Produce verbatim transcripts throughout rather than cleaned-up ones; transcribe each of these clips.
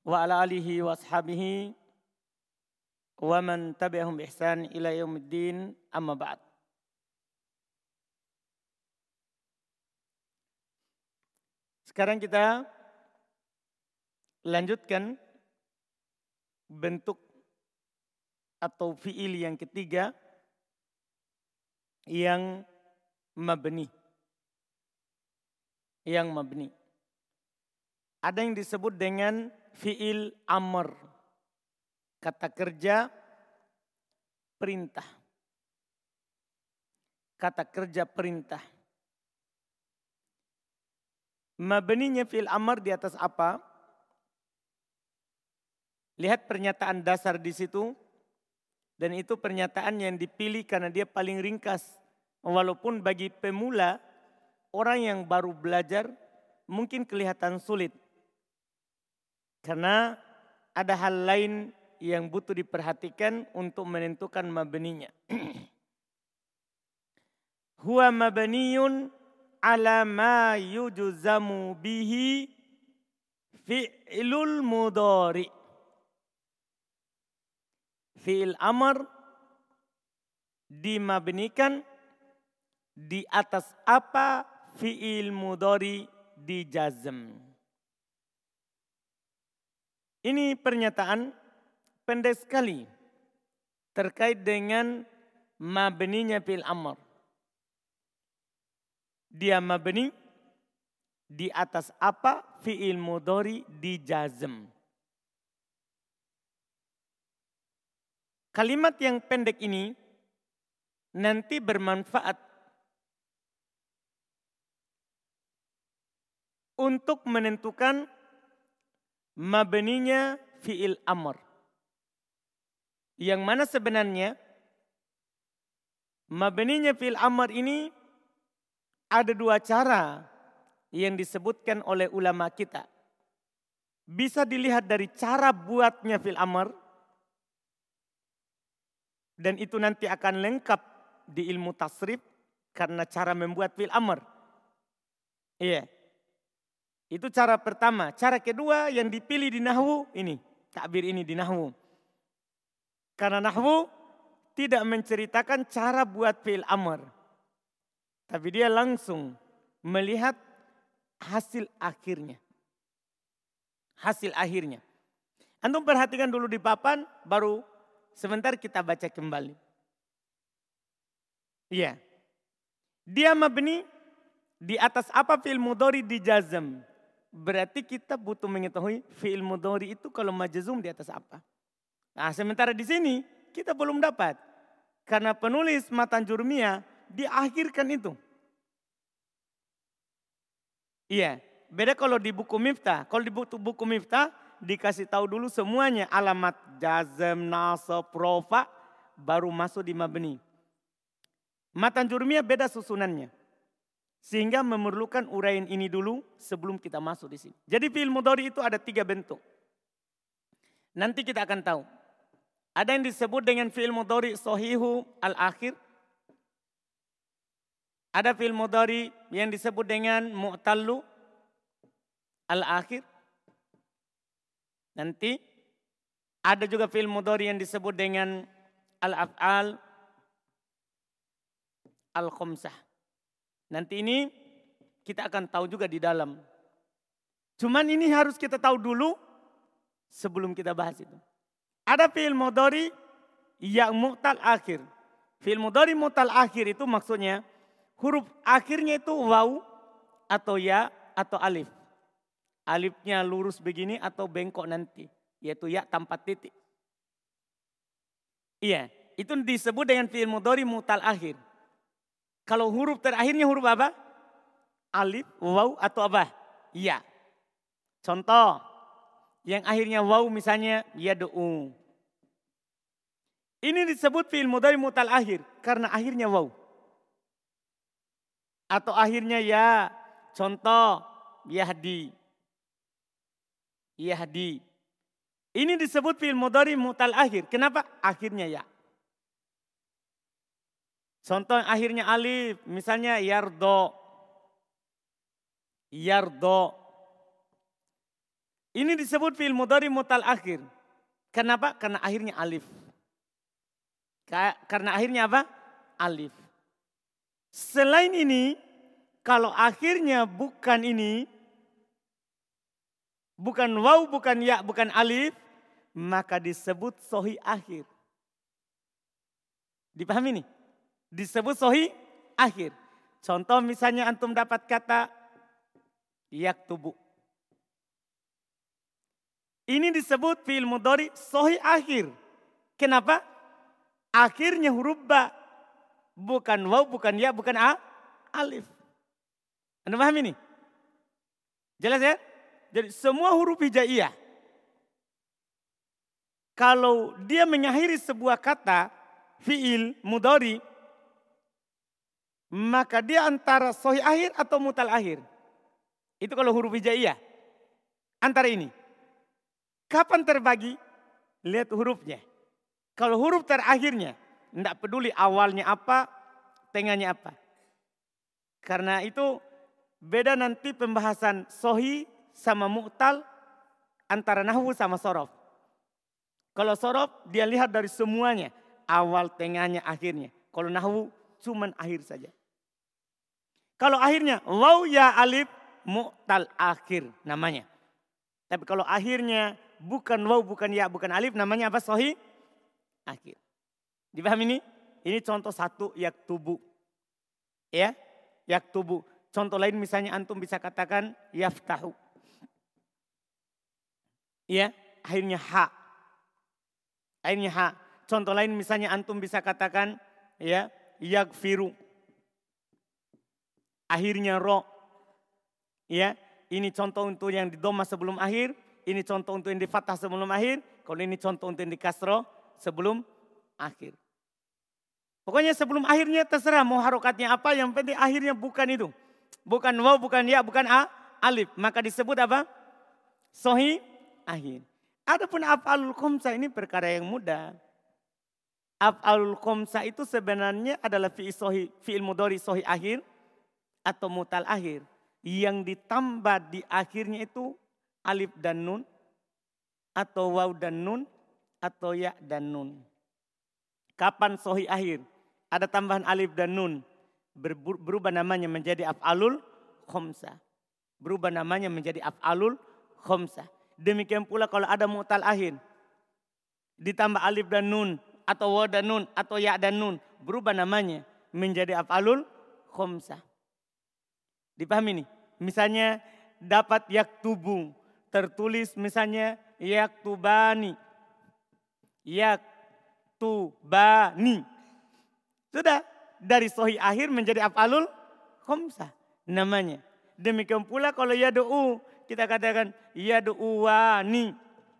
wa ala alihi wa ashabihi wa man tabi'ahum bi ihsan ila yaumiddin, amma ba'd. Sekarang kita lanjutkan bentuk atau fiil yang ketiga yang mabni. Yang mabni. Ada yang disebut dengan fiil amr. Kata kerja perintah. Kata kerja perintah. Mabninya fiil amr di atas apa? Lihat pernyataan dasar di situ. Dan itu pernyataan yang dipilih karena dia paling ringkas. Walaupun bagi pemula, orang yang baru belajar mungkin kelihatan sulit. Karena ada hal lain yang butuh diperhatikan untuk menentukan mabninya. Huwa mabniyun ala ma yujzamu bihi fi'lul mudhari. Fi'il amr dimabnikan di atas apa fi'il mudhari dijazm. Ini pernyataan pendek sekali terkait dengan mabninya fi'il amr. Dia mabni di atas apa fi'il mudhari dijazm. Kalimat yang pendek ini nanti bermanfaat untuk menentukan mabninya fi'il amr. Yang mana sebenarnya mabninya fi'il amr ini ada dua cara yang disebutkan oleh ulama kita. Bisa dilihat dari cara buatnya fi'il amr. Dan itu nanti akan lengkap di ilmu tasrif karena cara membuat fi'il amr. Iya. Itu cara pertama. Cara kedua yang dipilih di nahwu ini. Takbir ini di nahwu. Karena nahwu tidak menceritakan cara buat fi'il amr. Tapi dia langsung melihat hasil akhirnya. Hasil akhirnya. Antum perhatikan dulu di papan baru sebentar kita baca kembali. Iya. Dia mabni di atas apa fi'il mudhari dijazm. Berarti kita butuh mengetahui fi'il mudhari itu kalau majzum di atas apa. Nah, sementara di sini kita belum dapat. Karena penulis Matan Jurmiyah diakhirkan itu. Iya. Beda kalau di buku Miftah. Kalau di buku, buku Miftah dikasih tahu dulu semuanya alamat jazm, nasab, rofa baru masuk di mabni. Matan Jurmiyah beda susunannya. Sehingga memerlukan uraian ini dulu sebelum kita masuk di sini. Jadi fi'il mudhari itu ada tiga bentuk. Nanti kita akan tahu. Ada yang disebut dengan fi'il mudhari shahihu al-akhir. Ada fi'il mudhari yang disebut dengan mu'tallu al-akhir. Nanti ada juga fi'il mudhari yang disebut dengan al-af'al al-khamsah. Nanti ini kita akan tahu juga di dalam. Cuman ini harus kita tahu dulu sebelum kita bahas itu. Ada fi'il mudhari yang mu'tal akhir. Fi'il mudhari mu'tal akhir itu maksudnya huruf akhirnya itu waw atau ya atau alif. Alifnya lurus begini atau bengkok nanti. Yaitu ya tanpa titik. Iya, itu disebut dengan fi'il mudhari mu'tal akhir. Kalau huruf terakhirnya huruf apa? Alif, waw atau apa? Ya. Contoh, yang akhirnya waw misalnya yad'u. Ini disebut fi'il mudhari mu'tal akhir karena akhirnya waw. Atau akhirnya ya. Contoh, yahdi. Yahdi. Ini disebut fi'il mudhari mu'tal akhir. Kenapa? Akhirnya ya. Contoh yang akhirnya alif, misalnya yardo. Yardo. Ini disebut fi'il mudhari mutal akhir. Kenapa? Karena akhirnya alif. Karena akhirnya apa? Alif. Selain ini, kalau akhirnya bukan ini, bukan waw, bukan ya, bukan alif, maka disebut sohi akhir. Dipahami nih? Disebut sohi akhir. Contoh misalnya antum dapat kata yaktubu. Ini disebut fi'il mudhari sohi akhir. Kenapa? Akhirnya huruf ba. Bukan waw, bukan ya, bukan a, alif. Anda paham ini? Jelas ya? Jadi semua huruf hijaiyah. Kalau dia mengakhiri sebuah kata fi'il mudhari, maka dia antara sohi akhir atau mutal akhir. Itu kalau huruf hijaiyah. Antara ini. Kapan terbagi? Lihat hurufnya. Kalau huruf terakhirnya, tidak peduli awalnya apa, tengahnya apa. Karena itu beda nanti pembahasan sohi sama mu'tal antara nahwu sama sorof. Kalau sorof dia lihat dari semuanya, awal, tengahnya, akhirnya. Kalau nahwu cuman akhir saja. Kalau akhirnya waw ya alif, mu'tal akhir namanya. Tapi kalau akhirnya bukan waw, bukan ya, bukan alif, namanya apa? Sohi akhir. Dipahami ini? Ini contoh satu yaktubu. Ya, yaktubu. Contoh lain misalnya antum bisa katakan yaftahu. Ya, akhirnya ha. Akhirnya ha. Contoh lain misalnya antum bisa katakan ya yakfiru. Akhirnya ro. Ya, ini contoh untuk yang di dhamma sebelum akhir, ini contoh untuk yang di fathah sebelum akhir, kalau ini contoh untuk yang di kasroh sebelum akhir. Pokoknya sebelum akhirnya terserah mau harokatnya apa, yang penting akhirnya bukan itu. Bukan waw, bukan ya, bukan a, alif. Maka disebut apa? Sohi akhir. Adapun af'alul khamsah ini perkara yang mudah. Af'alul khamsah itu sebenarnya adalah fi'il sohi, fi'il mudhari sohi akhir atau mutal akhir. Yang ditambah di akhirnya itu alif dan nun, atau waw dan nun, atau ya dan nun. Kapan sohi akhir? Ada tambahan alif dan nun. Berubah namanya menjadi af'alul khamsah. Berubah namanya menjadi af'alul khamsah. Demikian pula kalau ada mu'tal akhir. Ditambah alif dan nun. Atau waw dan nun. Atau ya dan nun. Berubah namanya menjadi af'alul khamsah. Dipahami nih? Misalnya dapat yaktubu. Tertulis misalnya yaktubani. Yaktubani. Sudah, dari sohi akhir menjadi af'alul khamsah namanya. Demikian pula kalau yadu'u, kita katakan yadu'uwani.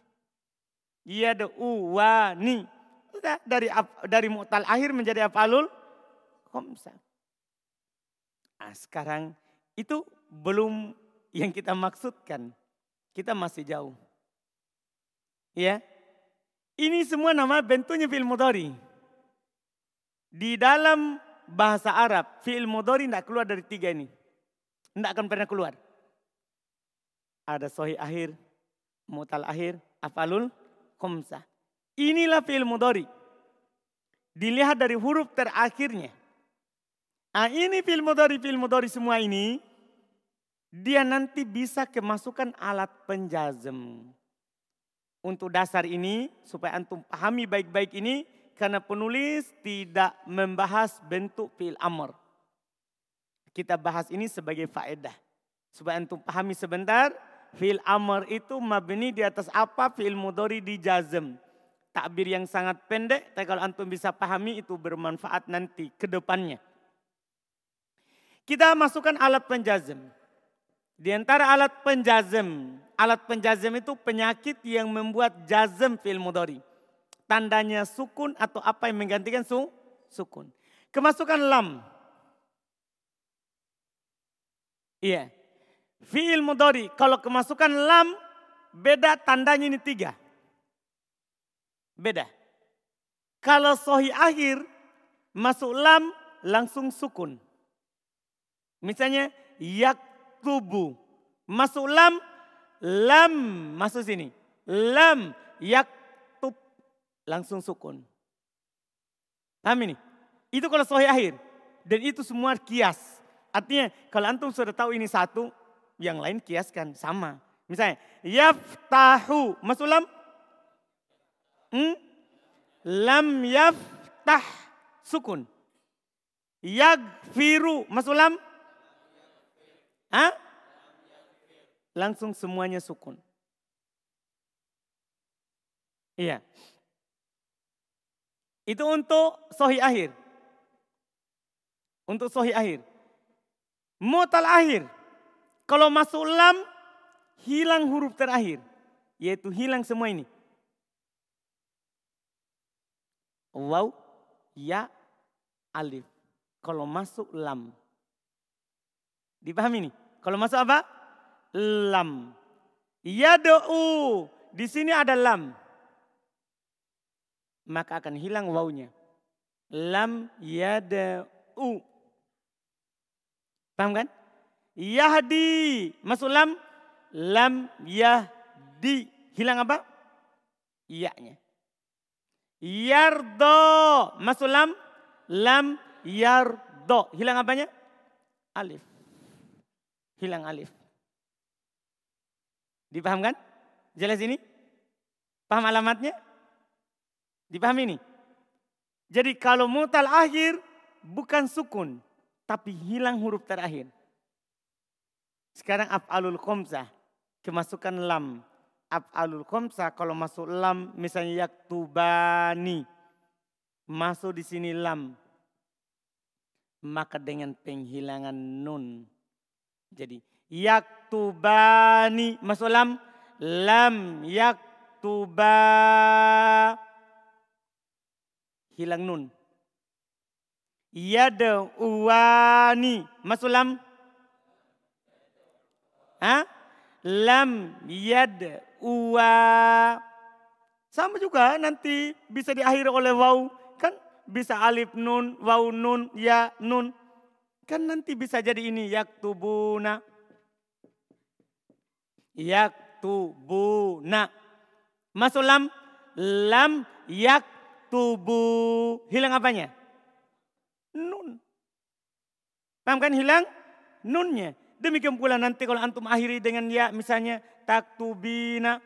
Yadu'uwani. Sudah, dari dari mu'tal akhir menjadi af'alul khamsah. Nah, sekarang itu belum yang kita maksudkan. Kita masih jauh. Ya. Ini semua nama bentuknya fi'il mudhari. Di dalam bahasa Arab, fi'il mudhari tidak keluar dari tiga ini. Tidak akan pernah keluar. Ada sohi akhir, mu'tal akhir, af'alul khamsah. Inilah fi'il mudhari. Dilihat dari huruf terakhirnya. Nah, ini fi'il mudhari, fi'il mudhari semua ini, dia nanti bisa kemasukan alat penjazm. Untuk dasar ini, supaya antum pahami baik-baik ini, karena penulis tidak membahas bentuk fi'il amr. Kita bahas ini sebagai faedah. Supaya antum pahami sebentar, fi'il amr itu mabni di atas apa, fi'il mudhari di jazm. Takbir yang sangat pendek, tapi kalau antum bisa pahami itu bermanfaat nanti ke depannya. Kita masukkan alat penjazm. Di antara alat penjazm, alat penjazm itu penyakit yang membuat jazm fi'il mudhari. Tandanya sukun atau apa yang menggantikan su, sukun. Kemasukan lam. Iya. Fi'il mudhari kalau kemasukan lam beda tandanya ini tiga. Beda. Kalau sohi akhir masuk lam langsung sukun. Misalnya yaktubu. Masuk lam lam masuk sini. Lam yaktub langsung sukun. Paham ini? Itu kalau sahih akhir. Dan itu semua kias. Artinya kalau antum sudah tahu ini satu, yang lain kiaskan sama. Misalnya yaftahu masuk lam? Hmm? Lam yaftah sukun. Yagfiru masuk lam? Hah? Langsung semuanya sukun. Iya. Itu untuk sahih akhir. Untuk sahih akhir. Mu'tal akhir. Kalau masuk lam, hilang huruf terakhir. Yaitu hilang semua ini. Waw, ya, alif. Kalau masuk lam. Dipahami ini? Kalau masuk apa? Lam. Yad'u. Di sini ada lam. Maka akan hilang wawnya. Lam yad'u. Paham kan? Yahdi. Masuk lam. Lam yahdi. Hilang apa? Iya-nya. Yardo. Masuk lam. Lam yardo. Hilang apanya? Alif. Hilang alif. Dipahamkan? Jelas ini? Paham alamatnya? Dipahami ini? Jadi kalau mu'tal akhir bukan sukun. Tapi hilang huruf terakhir. Sekarang af'alul khamsah. Kemasukan lam. Af'alul khamsah kalau masuk lam. Misalnya yaktubani. Masuk di sini lam. Maka dengan penghilangan nun. Jadi yaktubani. Masuk lam. Lam yaktuba. Hilang nun. Yad'uwani. Masuk lam. Hah? Lam yad'uwa. Sama juga nanti bisa diakhiri oleh waw. Kan bisa alif nun, waw nun, ya nun. Kan nanti bisa jadi ini. Yaktubuna. Yaktubuna. Masuk lam. Lam yaktubu. Hilang apanya? Nun. Paham kan hilang? Nunnya. Demikian pula nanti kalau antum akhiri dengan ya misalnya taktubina.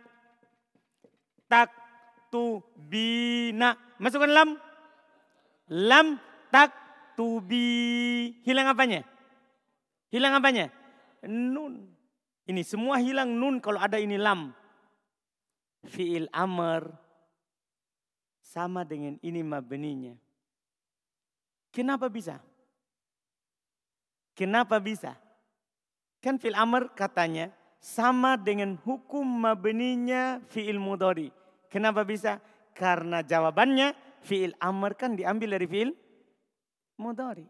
Taktubina. Masukkan lam. Lam taktubi. Hilang apanya? Hilang apanya? Nun. Ini semua hilang nun kalau ada ini lam. Fi'il amr. Sama dengan ini mabninya. Kenapa bisa? Kenapa bisa? Kan fi'il amr katanya sama dengan hukum mabninya fi'il mudhari. Kenapa bisa? Karena jawabannya fi'il amr kan diambil dari fi'il mudhari.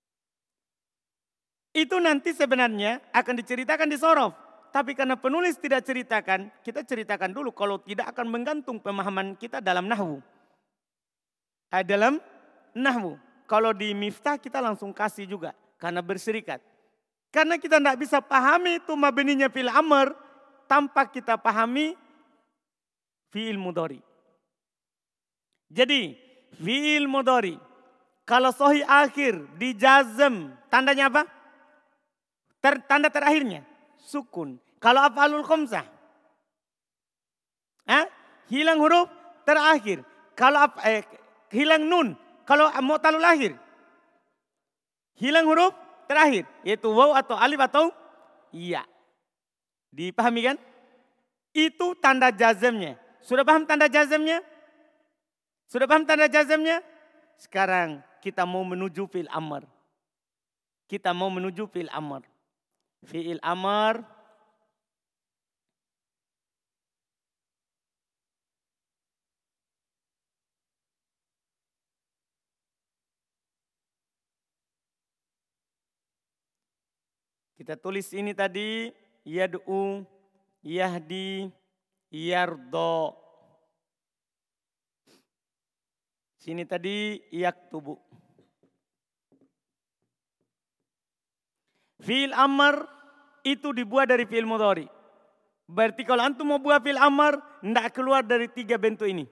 Itu nanti sebenarnya akan diceritakan di sorof. Tapi karena penulis tidak ceritakan, kita ceritakan dulu kalau tidak akan menggantung pemahaman kita dalam nahwu. Eh, dalam nahwu. Kalau di miftah kita langsung kasih juga. Karena berserikat. Karena kita tidak bisa pahami itu mabninya fi'il amr. Tanpa kita pahami fi'il mudhari. Jadi fi'il mudhari. Kalau sahih akhir di jazm. Tandanya apa? Ter, tanda terakhirnya. Sukun. Kalau af'alul khamsah. Eh, hilang huruf terakhir. Kalau eh, hilang nun. Kalau mu'talul akhir. Hilang huruf terakhir. Yaitu waw atau alif atau iya. Dipahami kan? Itu tanda jazmnya. Sudah paham tanda jazmnya? Sudah paham tanda jazmnya? Sekarang kita mau menuju fi'il amr. Kita mau menuju fi'il amr. Fi'il amr. Kita tulis ini tadi, yad'u, yahdi, yardo. Sini tadi, yaktubu. Fi'il amr itu dibuat dari fi'il mudhari. Berarti kalau antum mau buat fi'il amr, tidak keluar dari tiga bentuk ini.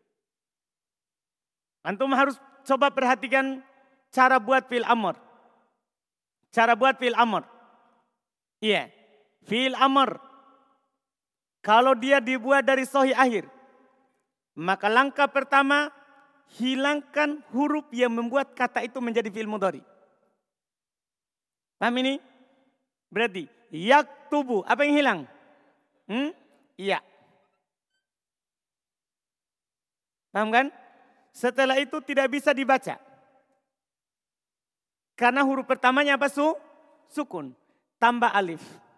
Antum harus coba perhatikan cara buat fi'il amr. Cara buat fi'il amr. Iya, fi'il amr. Kalau dia dibuat dari sahih akhir, maka langkah pertama, hilangkan huruf yang membuat kata itu menjadi fi'il mudhari. Paham ini? Berarti yaktubu, apa yang hilang? Hmm? Iya. Paham kan? Setelah itu tidak bisa dibaca. Karena huruf pertamanya apa? Su? Sukun. Tambah alif.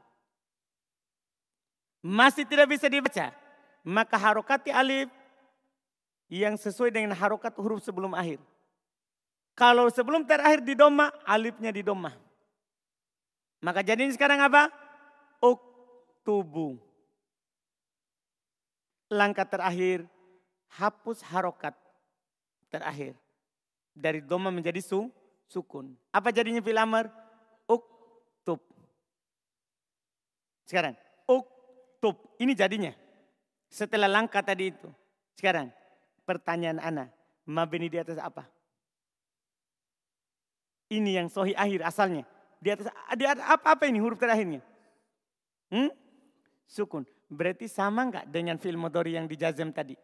Masih tidak bisa dibaca. Maka harokati alif yang sesuai dengan harokat huruf sebelum akhir. Kalau sebelum terakhir di doma, alifnya di doma. Maka jadinya sekarang apa? Uktubu. Langkah terakhir, hapus harokat terakhir. Dari doma menjadi su, sukun. Apa jadinya fi'il amr? Uktub. Sekarang, uktub. Ini jadinya. Setelah langkah tadi itu. Sekarang, pertanyaan ana, mabni di atas apa? Ini yang sahih akhir asalnya. Di atas, di atas apa-apa ini huruf terakhirnya? Hmm? Sukun. Berarti sama enggak dengan fi'il mudhari yang dijazam tadi?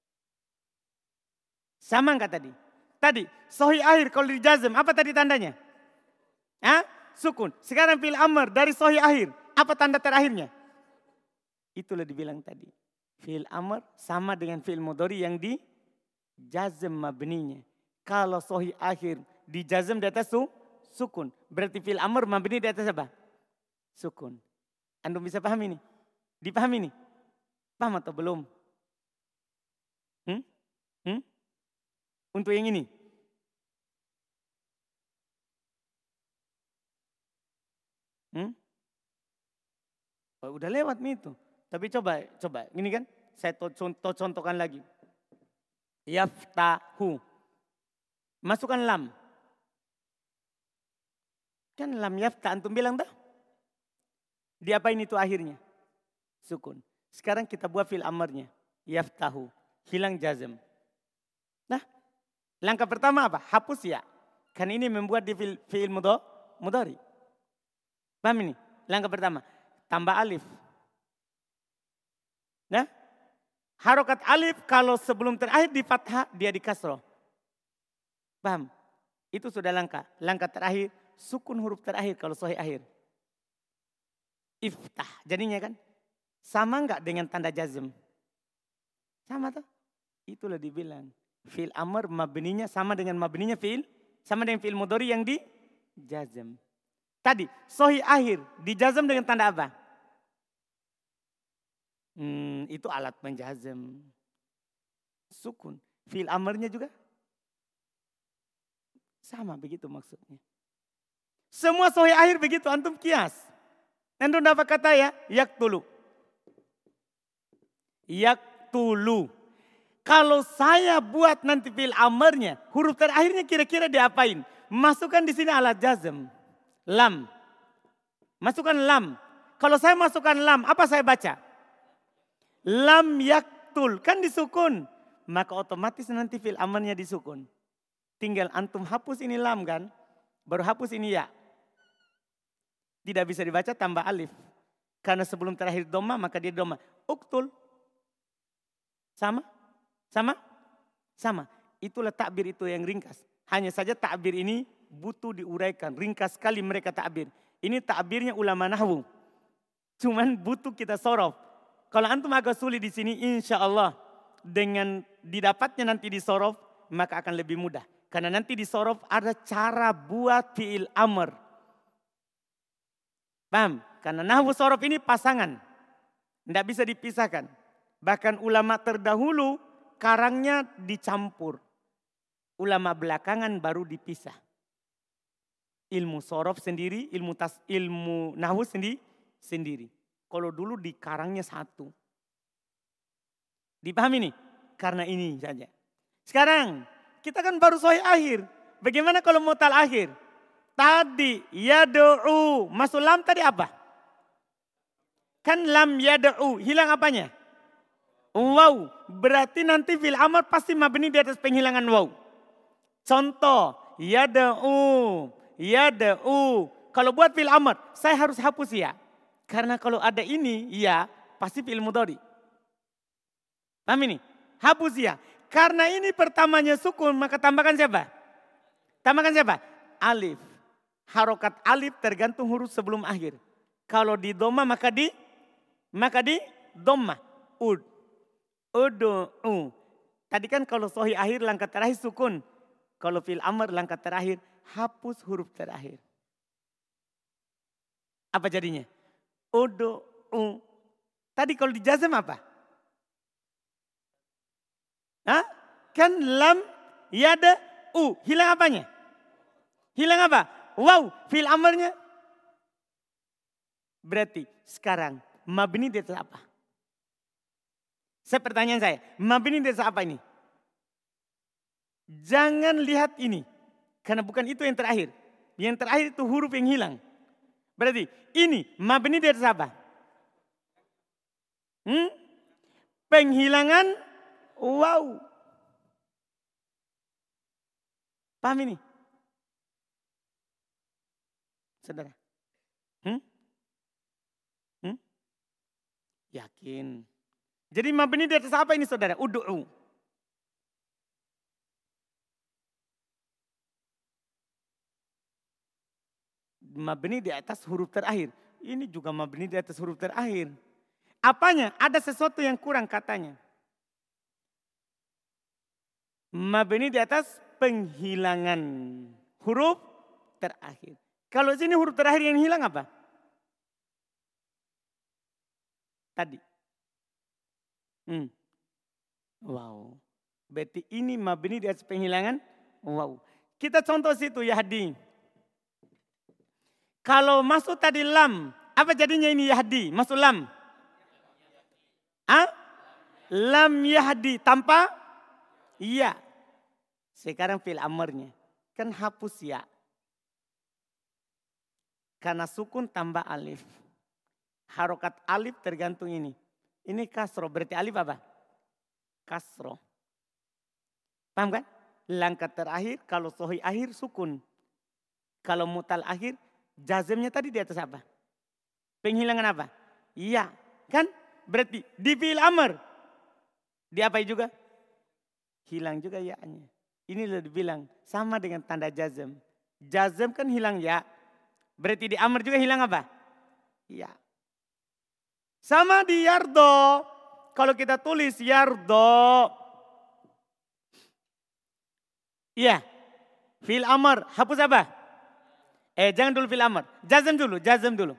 Sama enggak tadi? Tadi, sahih akhir kalau dijazam, apa tadi tandanya? Hah? Sukun. Sekarang fi'il amr dari sahih akhir, apa tanda terakhirnya? Itulah dibilang tadi. Fi'il amr sama dengan fi'il mudhari yang dijazam mabninya. Kalau sahih akhir dijazam di atas su, sukun. Berarti fi'il amr mabni di atas apa? Sukun. Anda bisa paham ini? Dipahami ini? Paham atau belum? Hmm? Hmm? Untuk yang ini? Hmm? Oh, udah lewat nih itu. Tapi coba, coba. Ini kan saya contoh, contohkan lagi. Yaftahu. Masukkan lam. Kan lam yafta antum bilang dah. Diapain itu akhirnya? Sukun. Sekarang kita buat fi'il amrnya. Yaftahu. Hilang jazm. Nah, langkah pertama apa? Hapus ya. Kan ini membuat di fi'il, fi'il mudhari. Paham ini? Langkah pertama. Tambah alif. Nah, harokat alif kalau sebelum terakhir di fathah dia di kasroh. Paham? Itu sudah langkah. Langkah terakhir, sukun huruf terakhir kalau sahih akhir. Iftah. Jadinya kan? Sama enggak dengan tanda jazm? Sama tuh. Itulah dibilang. Fi'il amr mabninya sama dengan mabninya fi'il. Sama dengan fi'il mudhari yang di jazm. Tadi, sahih akhir. Dijazm dengan tanda apa? Hmm, itu alat penjazm. Sukun. Fi'il amrnya juga sama begitu maksudnya. Semua sahih akhir begitu. Antum kias. Antum dapat kata ya. Yaktulu. Yaktulu. Kalau saya buat nanti fi'il amrnya, huruf terakhirnya kira-kira diapain? Masukkan di sini alat jazm. Lam. Masukkan lam. Kalau saya masukkan lam, apa saya baca? Lam yaktul. Kan disukun. Maka otomatis nanti fi'il amrnya disukun. Tinggal antum hapus ini lam kan. Baru hapus ini ya. Tidak bisa dibaca tambah alif. Karena sebelum terakhir doma maka dia doma. Uktul. Sama? Sama? Sama. Itulah takbir itu yang ringkas. Hanya saja takbir ini butuh diuraikan. Ringkas sekali mereka takbir. Ini takbirnya ulama nahwu. Cuman butuh kita sorof. Kalau antum agak sulit di sini insya Allah. Dengan didapatnya nanti di sorof maka akan lebih mudah. Karena nanti di sorof ada cara buat fi'il amr. Paham? Karena nahwu sorof ini pasangan. Tidak bisa dipisahkan. Bahkan ulama terdahulu karangnya dicampur. Ulama belakangan baru dipisah. Ilmu sorof sendiri, ilmu tas, ilmu nahwu sendiri, sendiri. Kalau dulu di karangnya satu. Dipahami nih? Karena ini saja. Sekarang kita kan baru sahih akhir. Bagaimana kalau mutal akhir? Tadi yadu'u. Masuk lam tadi apa? Kan lam yada'u, hilang apanya? Waw, berarti nanti fil amr pasti mabni di atas penghilangan waw. Contoh, yada'u, yada'u. Kalau buat fil amr, saya harus hapus ya. Karena kalau ada ini, ya pasti fil mudhari. Paham ini? Hapus ya. Karena ini pertamanya sukun, maka tambahkan siapa? Tambahkan siapa? Alif. Harokat alif tergantung huruf sebelum akhir. Kalau di doma maka di maka di doma. Ud. Udu'u. Tadi kan kalau sohi akhir langkah terakhir sukun. Kalau fil amr langkah terakhir hapus huruf terakhir. Apa jadinya? Udu'u. Tadi kalau di jazm apa? Hah? Kan lam yada u. Hilang apanya? Hilang apa? Wow, fil amrnya. Berarti sekarang mabni di atas apa? Saya pertanyaan saya, mabni di atas apa ini? Jangan lihat ini. Karena bukan itu yang terakhir. Yang terakhir itu huruf yang hilang. Berarti ini mabni di atas apa? Hmm? Penghilangan wow. Paham ini? Saudara? Hmm? Hmm? Yakin. Jadi mabni di atas apa ini saudara? Udu'u. Mabni di atas huruf terakhir. Ini juga mabni di atas huruf terakhir. Apanya? Ada sesuatu yang kurang katanya. Mabni di atas penghilangan huruf terakhir. Kalau sini huruf terakhir yang hilang apa? Tadi. Hmm. Wow. Berarti ini mabni di atas penghilangan. Wow. Kita contoh situ Yahdi. Kalau masuk tadi lam. Apa jadinya ini Yahdi? Masuk lam. Ah? Lam Yahdi. Tanpa? Iya. Sekarang fil amrnya. Kan hapus ya. Karena sukun tambah alif. Harokat alif tergantung ini. Ini kasro. Berarti alif apa? Kasro. Paham kan? Langkah terakhir kalau sohi akhir sukun. Kalau mutal akhir jazmnya tadi di atas apa? Penghilangan apa? Iya. Kan? Berarti di fi'il amr. Di apa juga? Hilang juga ya-nya. Ini sudah dibilang sama dengan tanda jazm. Jazm kan hilang ya. Berarti di amr juga hilang apa? Iya. Sama di yardo. Kalau kita tulis yardo. Iya. Fil amr. Hapus apa? Eh jangan dulu fil amr. Jazm dulu. Jazm dulu.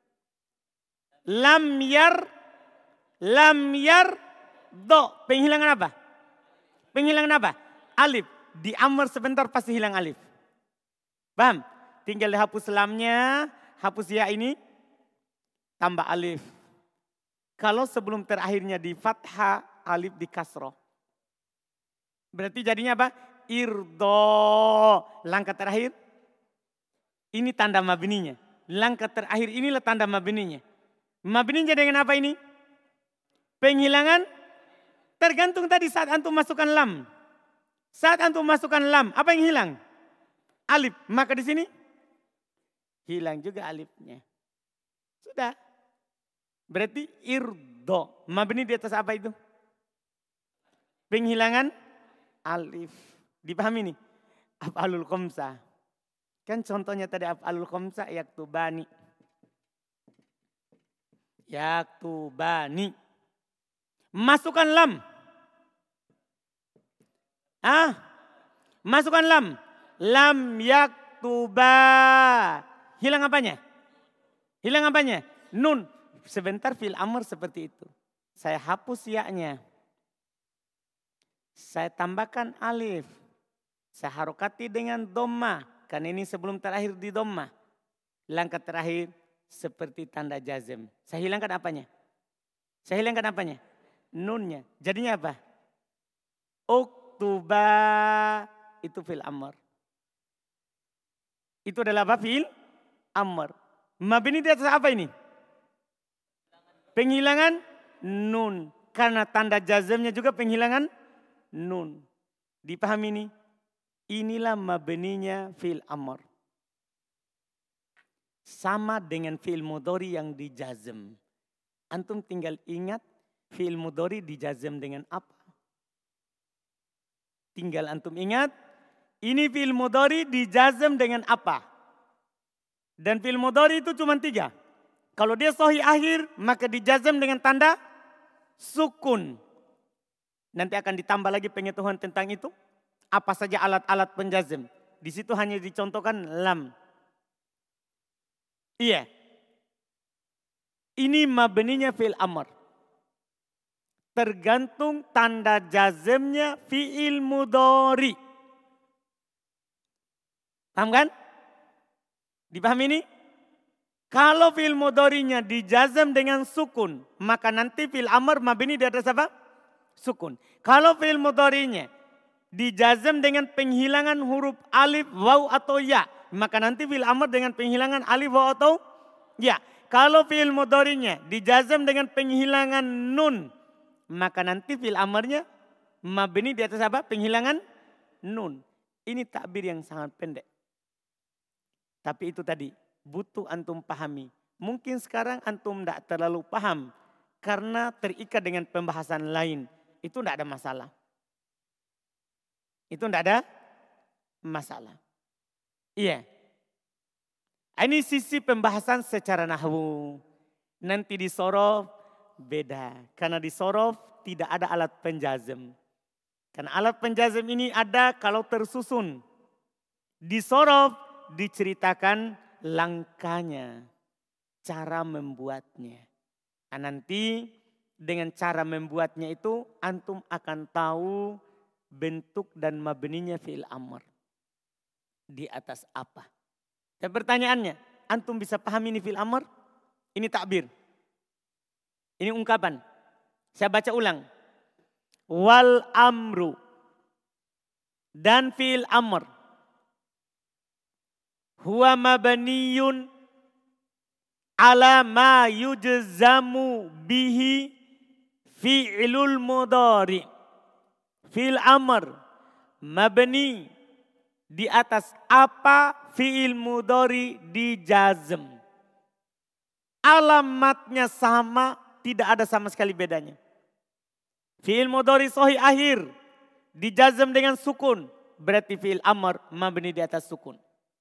Lam yar. Lam yar. Do. Penghilangan apa? Penghilangan apa? Alif. Di amr sebentar pasti hilang alif. Paham? Tinggal dihapus lamnya. Hapus ya ini. Tambah alif. Kalau sebelum terakhirnya di fathah, alif di kasroh. Berarti jadinya apa? Irdo. Langkah terakhir. Ini tanda mabninya. Langkah terakhir inilah tanda mabninya. Mabninya dengan apa ini? Penghilangan. Tergantung tadi saat antum masukkan lam. Saat antum masukkan lam. Apa yang hilang? Alif. Maka di sini. Hilang juga alifnya. Sudah. Berarti irdo. Mabni di atas apa itu? Penghilangan alif. Dipahami nih? Af'alul khamsah. Kan contohnya tadi af'alul khamsah yaktubani. Yaktubani. Masukkan lam. Ah, masukkan lam. Lam yaktuba. Hilang apanya? Hilang apanya? Nun. Sebentar fil amr seperti itu. Saya hapus ya-nya. Saya tambahkan alif. Saya harokati dengan dhamma. Kan ini sebelum terakhir di dhamma. Langkah terakhir seperti tanda jazm. Saya hilangkan apanya? Saya hilangkan apanya? Nunnya. Jadinya apa? Uktuba. Itu fil amr. Itu adalah apa? Fil amr. Mabni di atas apa ini? penghilangan nun. Karena tanda jazmnya juga penghilangan nun. Dipahami ini? Inilah mabninya fi'il amr. Sama dengan fi'il mudhari yang dijazm. Antum tinggal ingat fi'il mudhari dijazm dengan apa? Tinggal antum ingat, ini fi'il mudhari dijazm dengan apa? Dan fi'il mudhari itu cuma tiga. Kalau dia sahih akhir, maka dijazm dengan tanda sukun. Nanti akan ditambah lagi pengetahuan tentang itu. Apa saja alat-alat penjazm. Di situ hanya dicontohkan lam. Iya. Ini mabninya fi'il amr. Tergantung tanda jazmnya fi'il mudhari. Paham kan? Dipahami ini? Kalau fi'il mudhari'nya dijazm dengan sukun, maka nanti fi'il amr mabni di atas apa? Sukun. Kalau fi'il mudhari'nya dijazm dengan penghilangan huruf alif, waw atau ya, maka nanti fi'il amr dengan penghilangan alif, waw atau ya. Kalau fi'il mudhari'nya dijazm dengan penghilangan nun, maka nanti fi'il amrnya mabni di atas apa? Penghilangan nun. Ini takbir yang sangat pendek. Tapi itu tadi butuh antum pahami. Mungkin sekarang antum tidak terlalu paham karena terikat dengan pembahasan lain. Itu tidak ada masalah. Itu tidak ada masalah. Iya. Ini sisi pembahasan secara nahwu. Nanti di sorof beda. Karena di sorof tidak ada alat penjazm. Karena alat penjazm ini ada kalau tersusun. Di sorof diceritakan langkahnya. Cara membuatnya. Nah, nanti dengan cara membuatnya itu antum akan tahu bentuk dan mabninya fi'il amr. Di atas apa? Dan pertanyaannya, antum bisa pahami ini fi'il amr? Ini takbir. Ini ungkapan. Saya baca ulang. Wal amru. Dan fi'il amr. Huwa mabniyun ala ma yujzamu bihi fi'ilul mudhari. Fi'il amr mabni di atas apa fi'il mudhari dijazm. Alamatnya sama, tidak ada sama sekali bedanya. Fi'il mudhari sahih akhir dijazm dengan sukun, berarti fi'il amr mabni di atas sukun.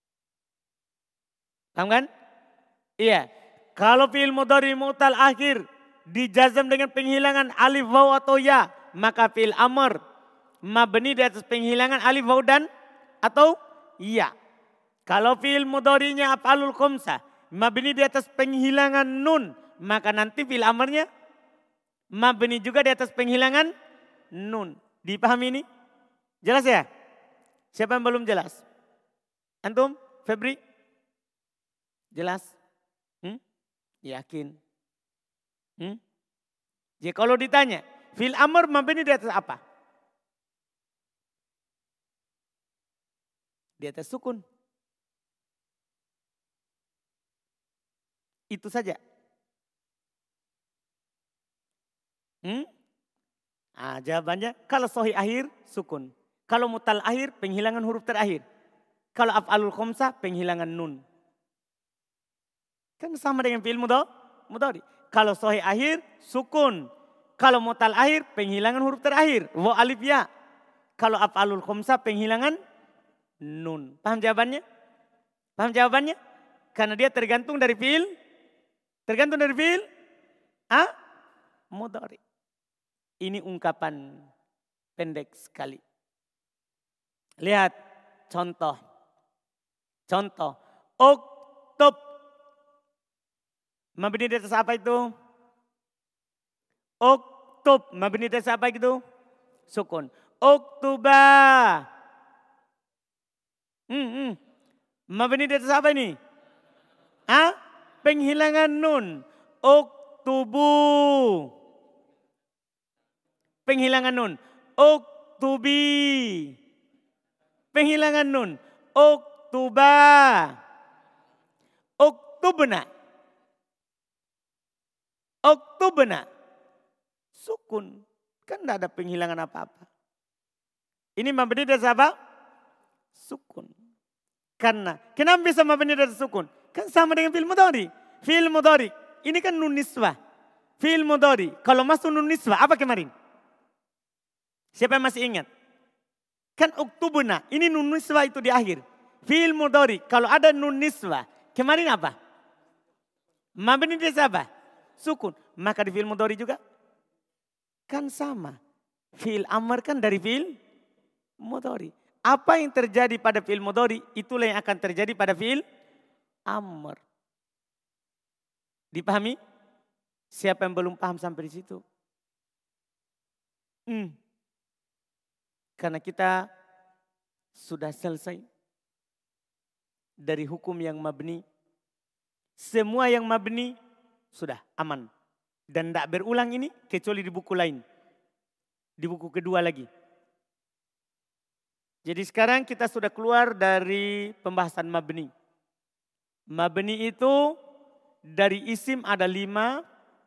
Paham kan? Iya. Kalau fi'il mudhari mu'tal akhir dijazm dengan penghilangan alif, waw atau ya, maka fi'il amr mabni di atas penghilangan alif, waw dan atau ya. Kalau fi'il mudhari'nya af'alul khamsah mabni di atas penghilangan nun, maka nanti fi'il amrnya mabni juga di atas penghilangan nun. Dipahami ini? Jelas ya? Siapa yang belum jelas? Antum? Febri? Jelas? Hmm? Yakin? Hmm? Jadi kalau ditanya, fi'il amr mabni di atas apa? Di atas sukun. Itu saja. Hmm? Ah, jawabannya kalau sahih akhir sukun. Kalau mutal akhir penghilangan huruf terakhir. Kalau af'alul khamsah penghilangan nun. Kan sama dengan fi'il mudhari. Kalau sahih akhir sukun. Kalau mutal akhir penghilangan huruf terakhir. Wa alif ya. Kalau af'alul khamsah penghilangan nun. Paham jawabannya? Paham jawabannya? Karena dia tergantung dari fi'il. Tergantung dari fi'il. Ah? Mudhari. Ini ungkapan pendek sekali. Lihat contoh. Contoh. Uktub. Mabni di atas apa itu? Uktub. Mabni di atas apa itu? Sukun. Uktuba. Hmm, hmm. Mabni di atas apa ini? Hah? Penghilangan nun. Uktubu. Penghilangan nun. Uktubi. Penghilangan nun. Uktuba. Uktubna. Uktubna. Sukun. Kan tidak ada penghilangan apa-apa. Ini mabni dari apa? Sukun. Karena, kenapa bisa mabni dari sukun? Kan sama dengan fi'il mudhari. Fi'il mudhari, ini kan nun niswah. Fi'il mudhari, kalau masuk nun niswah, apa kemarin? Siapa yang masih ingat? Kan uktubna, ini nun niswah itu di akhir. Fi'il mudhari, kalau ada nun niswah, kemarin apa? Mabni dari apa? Sukun. Maka di fi'il mudhari juga kan sama. Fi'il amr kan dari fi'il mudhari. Apa yang terjadi pada fi'il mudhari, itulah yang akan terjadi pada fi'il amr. Dipahami? Siapa yang belum paham sampai di situ? Hmm. Karena kita sudah selesai dari hukum yang mabni. Semua yang mabni sudah aman. Dan tidak berulang ini kecuali di buku lain. Di buku kedua lagi. Jadi sekarang kita sudah keluar dari pembahasan mabni. Mabni itu dari isim ada lima.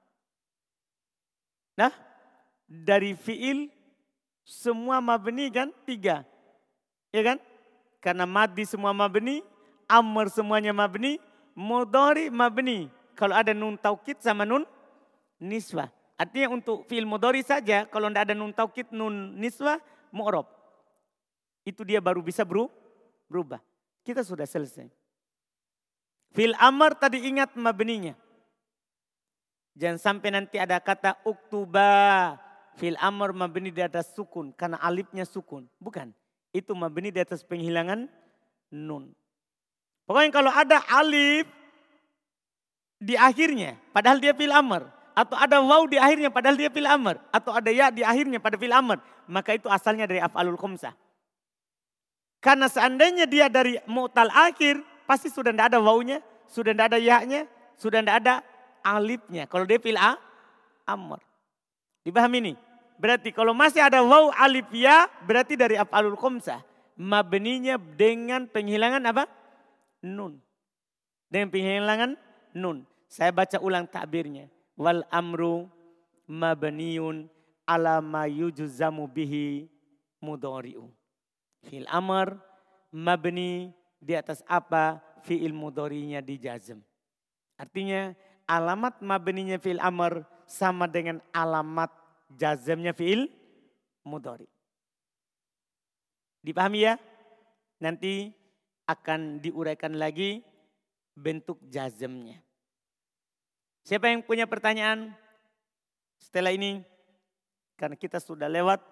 Nah, dari fi'il semua mabni kan tiga. Ya kan? Karena madi semua mabni, amr semuanya mabni, mudhari mabni. Kalau ada nun taukid sama nun niswah. Artinya untuk fi'il mudhari saja kalau tidak ada nun taukid, nun niswah, mu'rab. Itu dia baru bisa berubah. Kita sudah selesai. Fi'il amr tadi ingat mabninya. Jangan sampai nanti ada kata uktuba. Fi'il amr mabni di atas sukun. Karena alifnya sukun. Bukan. Itu mabni di atas penghilangan nun. Pokoknya kalau ada alif di akhirnya. Padahal dia fi'il amr. Atau ada waw di akhirnya padahal dia fi'il amr. Atau ada ya di akhirnya pada fi'il amr. Maka itu asalnya dari af'alul khamsah. Karena seandainya dia dari mu'tal akhir. Pasti sudah tidak ada wawnya. Sudah tidak ada ya-nya. Sudah tidak ada alifnya. Kalau dia fi'il amr. Dipahami ini? Berarti kalau masih ada waw alif ya. Berarti dari af'alul khamsah. Mabninya dengan penghilangan apa? Nun. Dengan penghilangan nun. Saya baca ulang takbirnya. Wal amru mabniun ala ma yujzamu bihi mudhari'u. Fi'il amr mabni di atas apa fi'il mudhari'nya dijazm. Artinya alamat mabninya fi'il amr sama dengan alamat jazmnya fi'il mudhari'. Dipahami ya? Nanti akan diuraikan lagi bentuk jazmnya. Siapa yang punya pertanyaan setelah ini? Karena kita sudah lewat.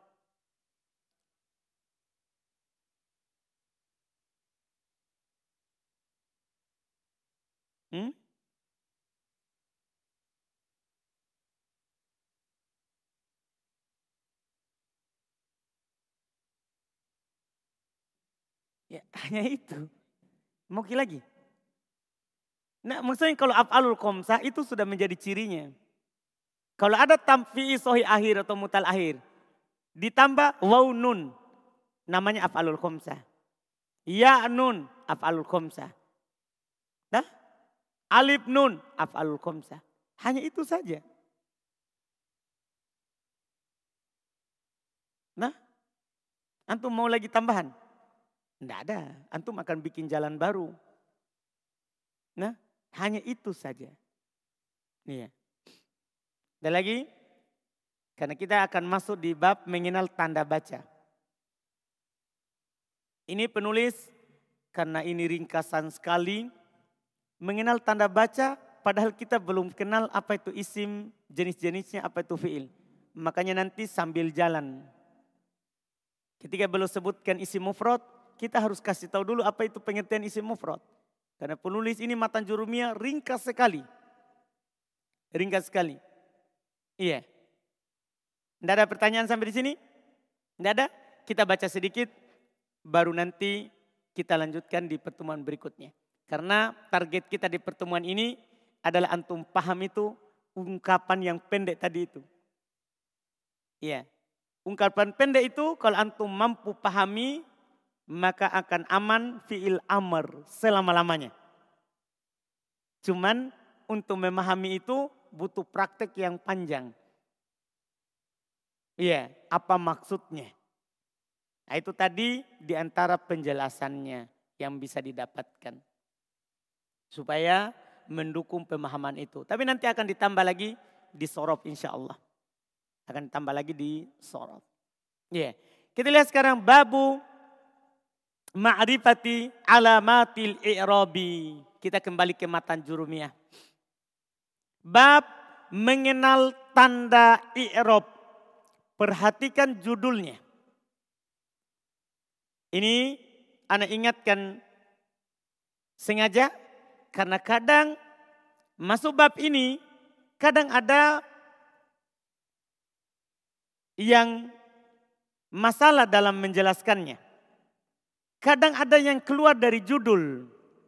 Hmm? Ya, hanya itu. Mau lagi? Nah, maksudnya kalau af'alul khamsah itu sudah menjadi cirinya. Kalau ada tamfi'i sohi akhir atau mutal akhir. Ditambah waw nun. Namanya af'alul khamsah. Ya nun af'alul khamsah. Nah, alif nun af'alul khamsah. Hanya itu saja. Nah, antum mau lagi tambahan? Tidak ada. Antum akan bikin jalan baru. Nah, hanya itu saja. Nih ya. Dan lagi, karena kita akan masuk di bab mengenal tanda baca. Ini penulis, karena ini ringkasan sekali, mengenal tanda baca, padahal kita belum kenal apa itu isim, jenis-jenisnya, apa itu fi'il. Makanya nanti sambil jalan. Ketika belum sebutkan isim mufrad, kita harus kasih tahu dulu apa itu pengertian isim mufrad. Karena penulis ini matan jurumiyah ringkas sekali. Ringkas sekali. Iya. Tidak ada pertanyaan sampai di sini? Tidak ada? Kita baca sedikit, baru nanti kita lanjutkan di pertemuan berikutnya. Karena target kita di pertemuan ini adalah antum paham itu ungkapan yang pendek tadi itu. Iya. Ungkapan pendek itu kalau antum mampu pahami, maka akan aman fi'il amr selama-lamanya. Cuman untuk memahami itu butuh praktek yang panjang. Iya, apa maksudnya? Nah, itu tadi diantara penjelasannya yang bisa didapatkan. Supaya mendukung pemahaman itu. Tapi nanti akan ditambah lagi di sorob insya Allah. Akan ditambah lagi di sorob. Iya, kita lihat sekarang babu ma'rifati alamatil i'rabi. Kita kembali ke matan jurumiyah. Bab mengenal tanda i'rab. Perhatikan judulnya. Ini anak ingatkan sengaja karena kadang masuk bab ini kadang ada yang masalah dalam menjelaskannya. Kadang ada yang keluar dari judul.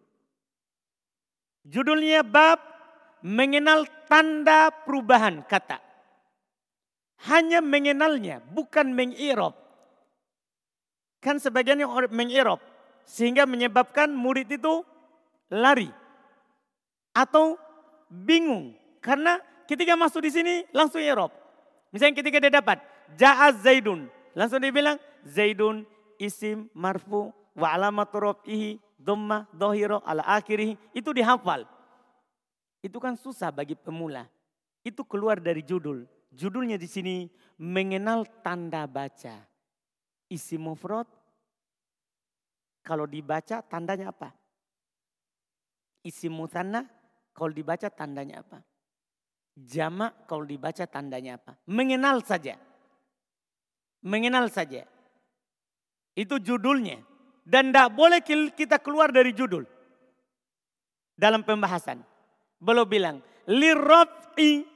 Judulnya bab mengenal tanda perubahan kata. Hanya mengenalnya, bukan mengirab. Kan sebagian yang mengirab. Sehingga menyebabkan murid itu lari. Atau bingung. Karena ketika masuk di sini langsung irab. Misalnya ketika dia dapat. Ja'az Zaidun. Langsung dia bilang Zaidun isim marfu wa alamatu raf'ihi dhammah dhahira ala akhirih. Itu dihafal. Itu kan susah bagi pemula. Itu keluar dari judul. Judulnya di sini mengenal tanda baca. Isim mufrad kalau dibaca tandanya apa? Isim mutsanna kalau dibaca tandanya apa? Jamak kalau dibaca tandanya apa? Mengenal saja. Mengenal saja. Itu judulnya. Dan tidak boleh kita keluar dari judul. Dalam pembahasan. Belum bilang. Lirraf'i.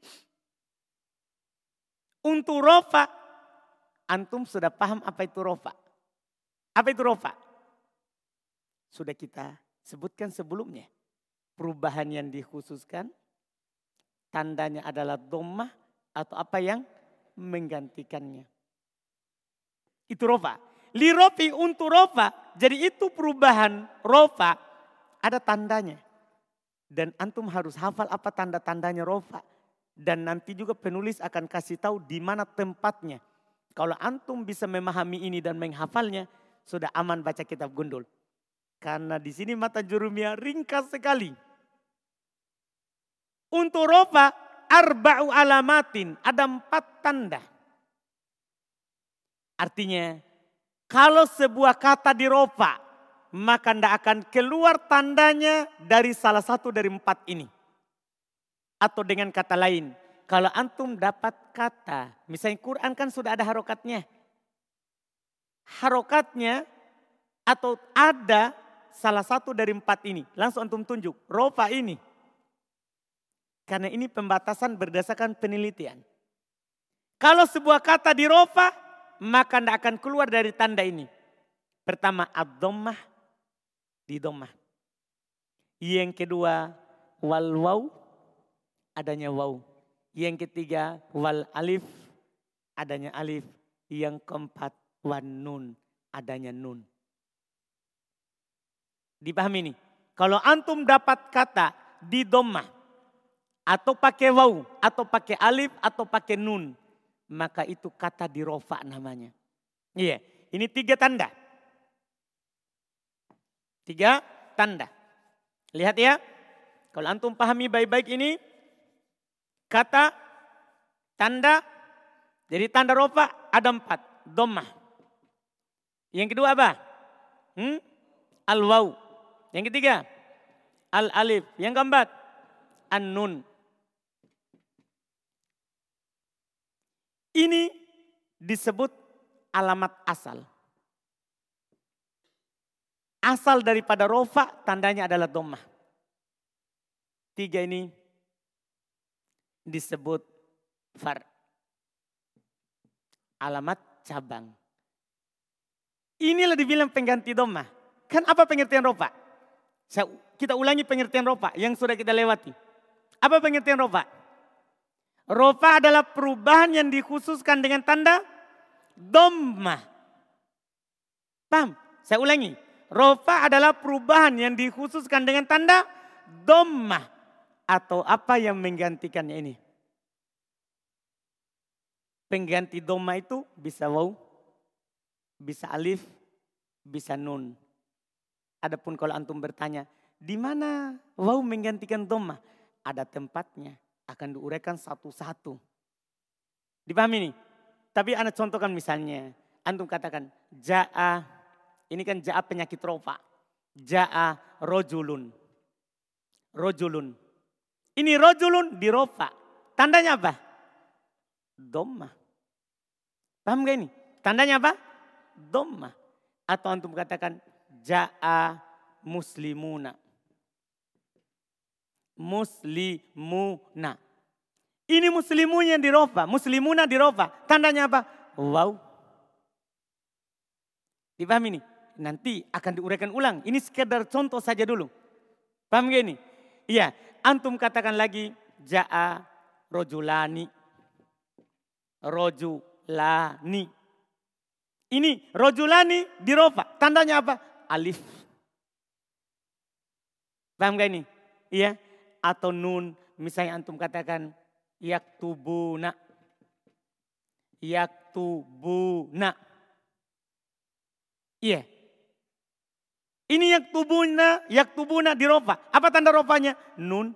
Untuk rofa. Antum sudah paham apa itu rofa? Apa itu rofa? Sudah kita sebutkan sebelumnya. Perubahan yang dikhususkan. Tandanya adalah dhammah atau apa yang menggantikannya. Itu rofa. Li rofi untuk rofa. Jadi itu perubahan rofa ada tandanya. Dan antum harus hafal apa tanda-tandanya rofa. Dan nanti juga penulis akan kasih tahu di mana tempatnya. Kalau antum bisa memahami ini dan menghafalnya, sudah aman baca kitab Gundul. Karena di sini mata jurumiyah ringkas sekali. Untuk rofa arba'u alamatin, ada empat tanda. Artinya kalau sebuah kata di rofa, maka tidak akan keluar tandanya dari salah satu dari empat ini. Atau dengan kata lain, kalau antum dapat kata, misalnya Quran kan sudah ada harokatnya. Harokatnya atau ada salah satu dari empat ini. Langsung antum tunjuk, rofa ini. Karena ini pembatasan berdasarkan penelitian. Kalau sebuah kata di rofa, maka tidak akan keluar dari tanda ini. Pertama, ad-dhammah, di dhammah. Yang kedua, wal waw, adanya waw. Yang ketiga wal alif, adanya alif. Yang keempat wan nun, adanya nun. Dipahami ini? Kalau antum dapat kata di dhammah atau pakai waw atau pakai alif atau pakai nun, maka itu kata di rofa namanya. Iya, ini tiga tanda. Tiga tanda. Lihat ya. Kalau antum pahami baik-baik ini, kata, tanda, jadi tanda rofa ada empat. Dhammah. Yang kedua apa? Hmm? Al-waw. Yang ketiga? Al-alif. Yang keempat? An-nun. Ini disebut alamat asal. Asal daripada rofa tandanya adalah dhammah. Tiga ini disebut far. Alamat cabang. Inilah dibilang pengganti dhammah. Kan apa pengertian rofa? Kita ulangi pengertian rofa yang sudah kita lewati. Apa pengertian rofa? Rofa adalah perubahan yang dikhususkan dengan tanda dhammah. Paham? Saya ulangi. Rofa adalah perubahan yang dikhususkan dengan tanda dhammah. atau apa yang menggantikannya ini? Pengganti doma itu bisa waw, bisa alif, bisa nun. Adapun kalau antum bertanya, di mana waw menggantikan doma? Ada tempatnya, akan diuraikan satu-satu. Dipahami nih? Tapi anak contohkan misalnya, antum katakan ja'a, ini kan ja'a penyakit rofa. Ja'a rojulun. Rojulun. Ini rojulun di rofa. Tandanya apa? Doma. Paham gak ini? Tandanya apa? Doma. Atau antum katakan ja'a muslimuna. Muslimuna. Ini muslimunya di rofa. Muslimuna di rofa. Tandanya apa? Wow. Dipahami ini? Nanti akan diuraikan ulang. Ini sekedar contoh saja dulu. Paham gak ini? Iya. Antum katakan lagi ja'a rojulani. Rojulani. Ini rojulani di rofa. Tandanya apa? Alif. Paham gak ini? Iya. Atau nun. Misalnya antum katakan yaktubuna. Yaktubuna. Iya. Ini yaktubuna. Yaktubuna di rofa. Apa tanda rofanya? Nun.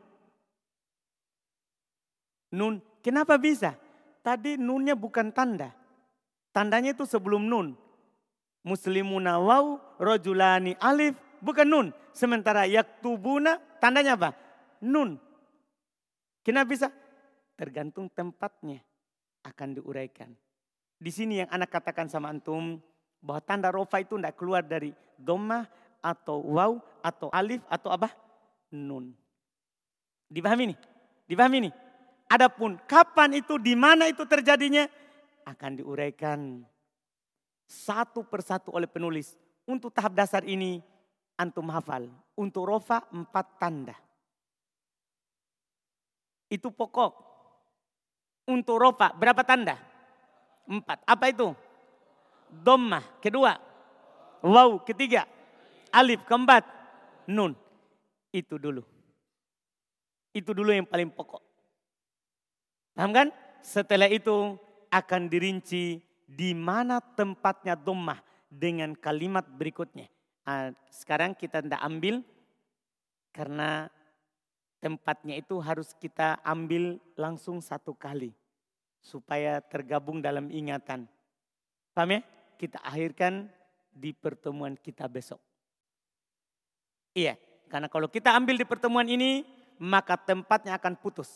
Nun. Kenapa bisa? Tadi nunnya bukan tanda. Tandanya itu sebelum nun. Muslimuna waw, rojulani alif, bukan nun. Sementara yaktubuna tandanya apa? Nun. Kenapa bisa? Tergantung tempatnya akan diuraikan. Di sini yang anak katakan sama antum bahwa tanda rofa itu tidak keluar dari dhammah atau waw atau alif atau apa? Nun. Dipahami nih? Dipahami nih? Adapun kapan itu, di mana itu terjadinya akan diuraikan satu persatu oleh penulis. Untuk tahap dasar ini antum hafal. Untuk rofa empat tanda. Itu pokok. Untuk rofa berapa tanda? Empat. Apa itu? Dhammah kedua. Waw ketiga. Alif keempat. Nun. Itu dulu. Itu dulu yang paling pokok. Paham kan? Setelah itu akan dirinci di mana tempatnya dhammah dengan kalimat berikutnya. Nah, sekarang kita tidak ambil karena tempatnya itu harus kita ambil langsung satu kali. Supaya tergabung dalam ingatan. Paham ya? Kita akhirkan di pertemuan kita besok. Iya, karena kalau kita ambil di pertemuan ini maka tempatnya akan putus.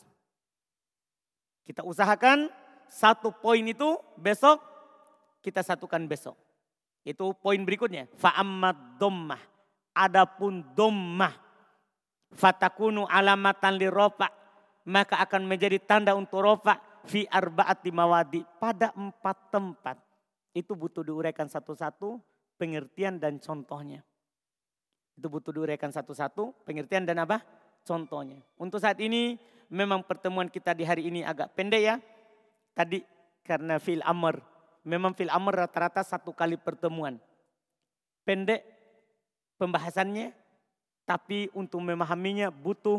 Kita usahakan satu poin itu besok kita satukan besok. Itu poin berikutnya. Fa'ammad dhammah. Adapun dhammah. Fatakunu alamatan li rofa. Maka akan menjadi tanda untuk rofa. Fi arba'ati mawadi. Pada empat tempat. Itu butuh diuraikan satu-satu. Pengertian dan contohnya. Itu butuh diuraikan satu-satu. Pengertian dan apa? Contohnya. Untuk saat ini memang pertemuan kita di hari ini agak pendek ya. Tadi karena fil amr. Memang fil amr rata-rata satu kali pertemuan. Pendek pembahasannya. Tapi untuk memahaminya butuh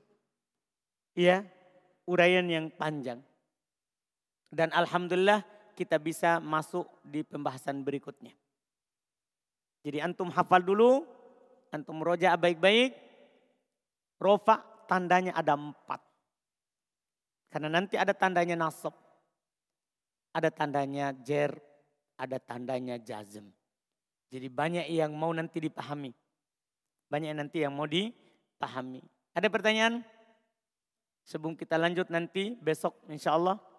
ya uraian yang panjang. Dan alhamdulillah kita bisa masuk di pembahasan berikutnya. Jadi antum hafal dulu. Antum roja baik-baik. Rofa tandanya ada empat. Karena nanti ada tandanya nasab. Ada tandanya jer. Ada tandanya jazm. Jadi banyak yang mau nanti dipahami. Banyak nanti yang mau dipahami. Ada pertanyaan? Sebelum kita lanjut nanti besok insya Allah.